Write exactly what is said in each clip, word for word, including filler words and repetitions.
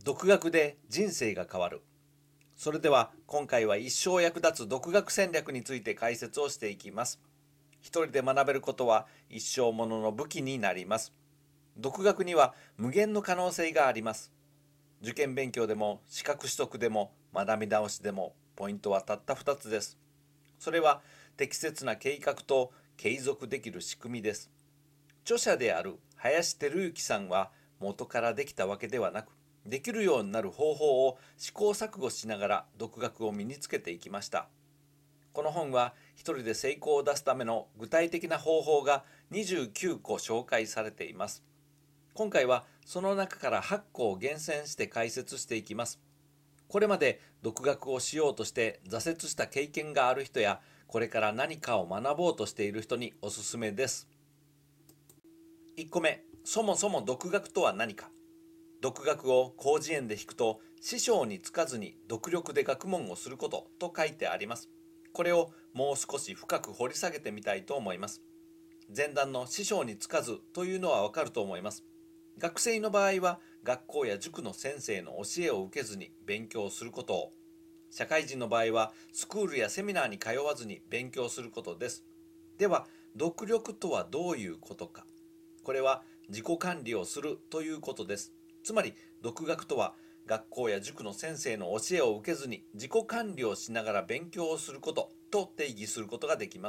独学で人生が変わる。それでは今回は一生役立つ独学戦略について解説をしていきます。一人で学べることは一生ものの武器になります。独学には無限の可能性があります。受験勉強でも資格取得でも学び直しでもポイントはたったふたつです。それは適切な計画と継続できる仕組みです。著者である林照之さんは元からできたわけではなく、できるようになる方法を試行錯誤しながら独学を身につけていきました。この本は一人で成功を出すための具体的な方法がにじゅうきゅうこ紹介されています。今回はその中からはっこを厳選して解説していきます。これまで独学をしようとして挫折した経験がある人や、これから何かを学ぼうとしている人におすすめです。いっこめ、そもそも独学とは何か。独学を広辞苑で引くと、師匠につかずに独力で学問をすることと書いてあります。これをもう少し深く掘り下げてみたいと思います。前段の師匠につかずというのはわかると思います。学生の場合は学校や塾の先生の教えを受けずに勉強することを、社会人の場合はスクールやセミナーに通わずに勉強することです。では、独力とはどういうことか。これは自己管理をするということです。つまり独学とは、学校や塾の先生の教えを受けずに自己管理をしながら勉強をすることと定義することができます。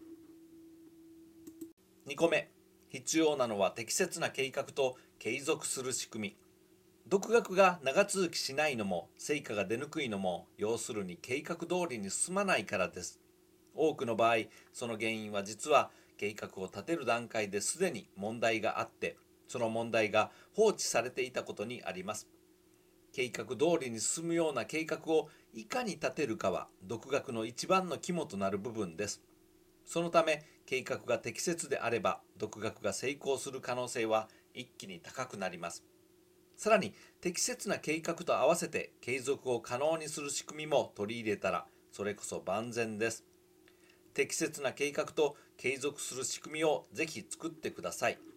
にこめ、必要なのは適切な計画と継続する仕組み。独学が長続きしないのも成果が出にくいのも、要するに計画通りに進まないからです。多くの場合、その原因は実は計画を立てる段階ですでに問題があって、その問題が放置されていたことにあります。計画通りに進むような計画をいかに立てるかは独学の一番の肝となる部分です。そのため、計画が適切であれば独学が成功する可能性は一気に高くなります。さらに、適切な計画と合わせて継続を可能にする仕組みも取り入れたら、それこそ万全です。適切な計画と継続する仕組みをぜひ作ってください。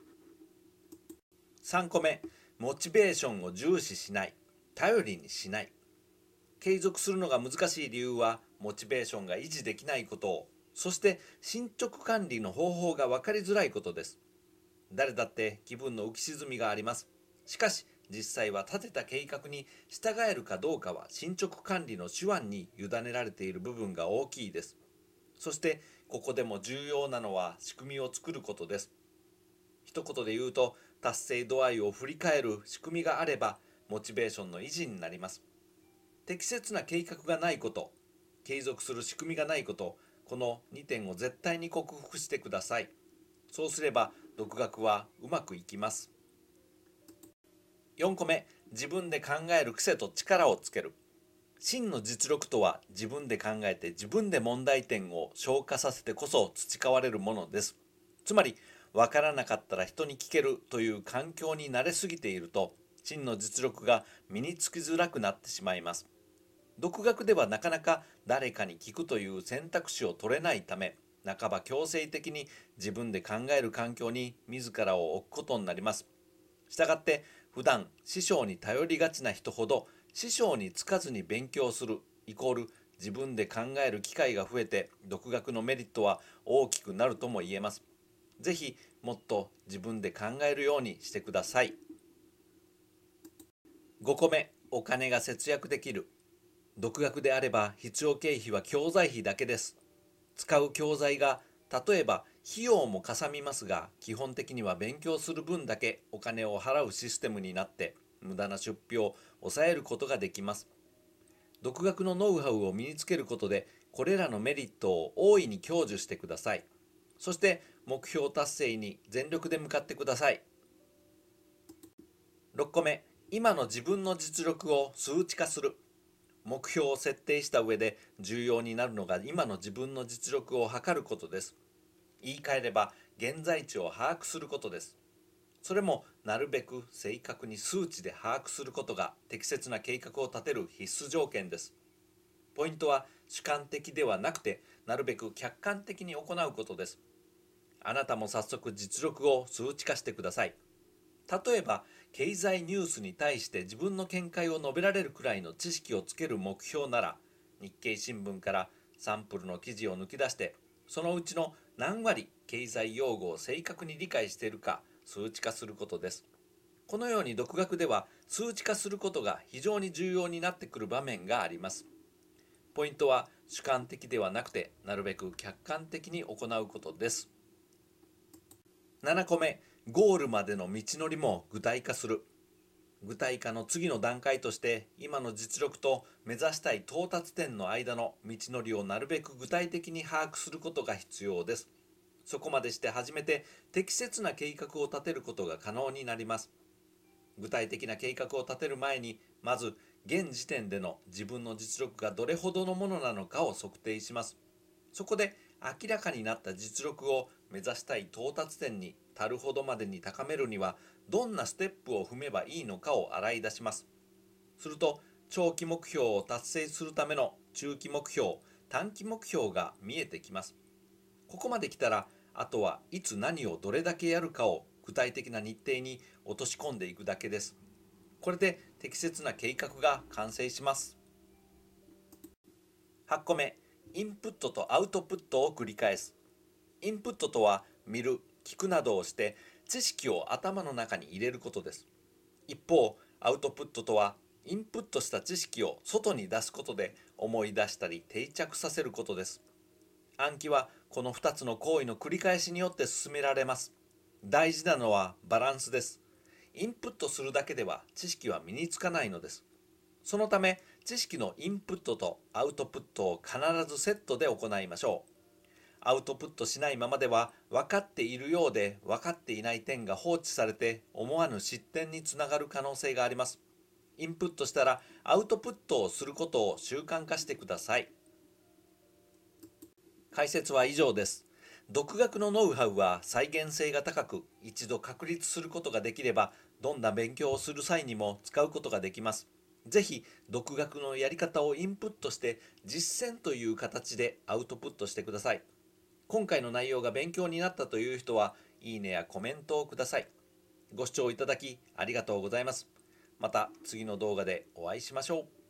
さんこめ、モチベーションを重視しない、頼りにしない。継続するのが難しい理由は、モチベーションが維持できないことを、そして進捗管理の方法が分かりづらいことです。誰だって気分の浮き沈みがあります。しかし、実際は立てた計画に従えるかどうかは進捗管理の手腕に委ねられている部分が大きいです。そして、ここでも重要なのは仕組みを作ることです。一言で言うと、達成度合いを振り返る仕組みがあれば、モチベーションの維持になります。適切な計画がないこと、継続する仕組みがないこと、このにてんを絶対に克服してください。そうすれば独学はうまくいきます。よんこめ、自分で考える癖と力をつける。真の実力とは、自分で考えて自分で問題点を消化させてこそ培われるものです。つまり、わからなかったら人に聞けるという環境に慣れすぎていると、真の実力が身につきづらくなってしまいます。独学ではなかなか誰かに聞くという選択肢を取れないため、半ば強制的に自分で考える環境に自らを置くことになります。したがって、普段師匠に頼りがちな人ほど、師匠につかずに勉強するイコール自分で考える機会が増えて、独学のメリットは大きくなるとも言えます。ぜひもっと自分で考えるようにしてください。ごこめ、お金が節約できる。独学であれば必要経費は教材費だけです。使う教材が、例えば費用もかさみますが、基本的には勉強する分だけお金を払うシステムになって、無駄な出費を抑えることができます。独学のノウハウを身につけることで、これらのメリットを大いに享受してください。そして目標達成に全力で向かってください。ろっこめ、今の自分の実力を数値化する。目標を設定した上で重要になるのが、今の自分の実力を測ることです。言い換えれば、現在地を把握することです。それもなるべく正確に数値で把握することが適切な計画を立てる必須条件です。ポイントは主観的ではなくて、なるべく客観的に行うことです。あなたも早速実力を数値化してください。例えば、 経済ニュースに対して自分の見解を述べられるくらいの知識をつける目標なら、日経新聞からサンプルの記事を抜き出して、そのうちの何割経済用語を正確に理解しているか数値化することです。このように独学では数値化することが非常に重要になってくる場面があります。ポイントは主観的ではなくて、なるべく客観的に行うことです。ななこめ、ゴールまでの道のりも具体化する。具体化の次の段階として、今の実力と目指したい到達点の間の道のりをなるべく具体的に把握することが必要です。そこまでして初めて適切な計画を立てることが可能になります。具体的な計画を立てる前に、まず現時点での自分の実力がどれほどのものなのかを測定します。そこで明らかになった実力を目指したい到達点に足るほどまでに高めるには、どんなステップを踏めばいいのかを洗い出します。すると、長期目標を達成するための中期目標、短期目標が見えてきます。ここまで来たら、あとはいつ何をどれだけやるかを具体的な日程に落とし込んでいくだけです。これで適切な計画が完成します。はちこめ、インプットとアウトプットを繰り返す。インプットとは見る、聞くなどをして知識を頭の中に入れることです。一方、アウトプットとはインプットした知識を外に出すことで思い出したり定着させることです。暗記はこのふたつの行為の繰り返しによって進められます。大事なのはバランスです。インプットするだけでは知識は身につかないのです。そのため、知識のインプットとアウトプットを必ずセットで行いましょう。アウトプットしないままでは、分かっているようで分かっていない点が放置されて思わぬ失点につながる可能性があります。インプットしたらアウトプットをすることを習慣化してください。解説は以上です。独学のノウハウは再現性が高く、一度確立することができれば、どんな勉強をする際にも使うことができます。ぜひ、独学のやり方をインプットして実践という形でアウトプットしてください。今回の内容が勉強になったという人は、いいねやコメントをください。ご視聴いただきありがとうございます。また次の動画でお会いしましょう。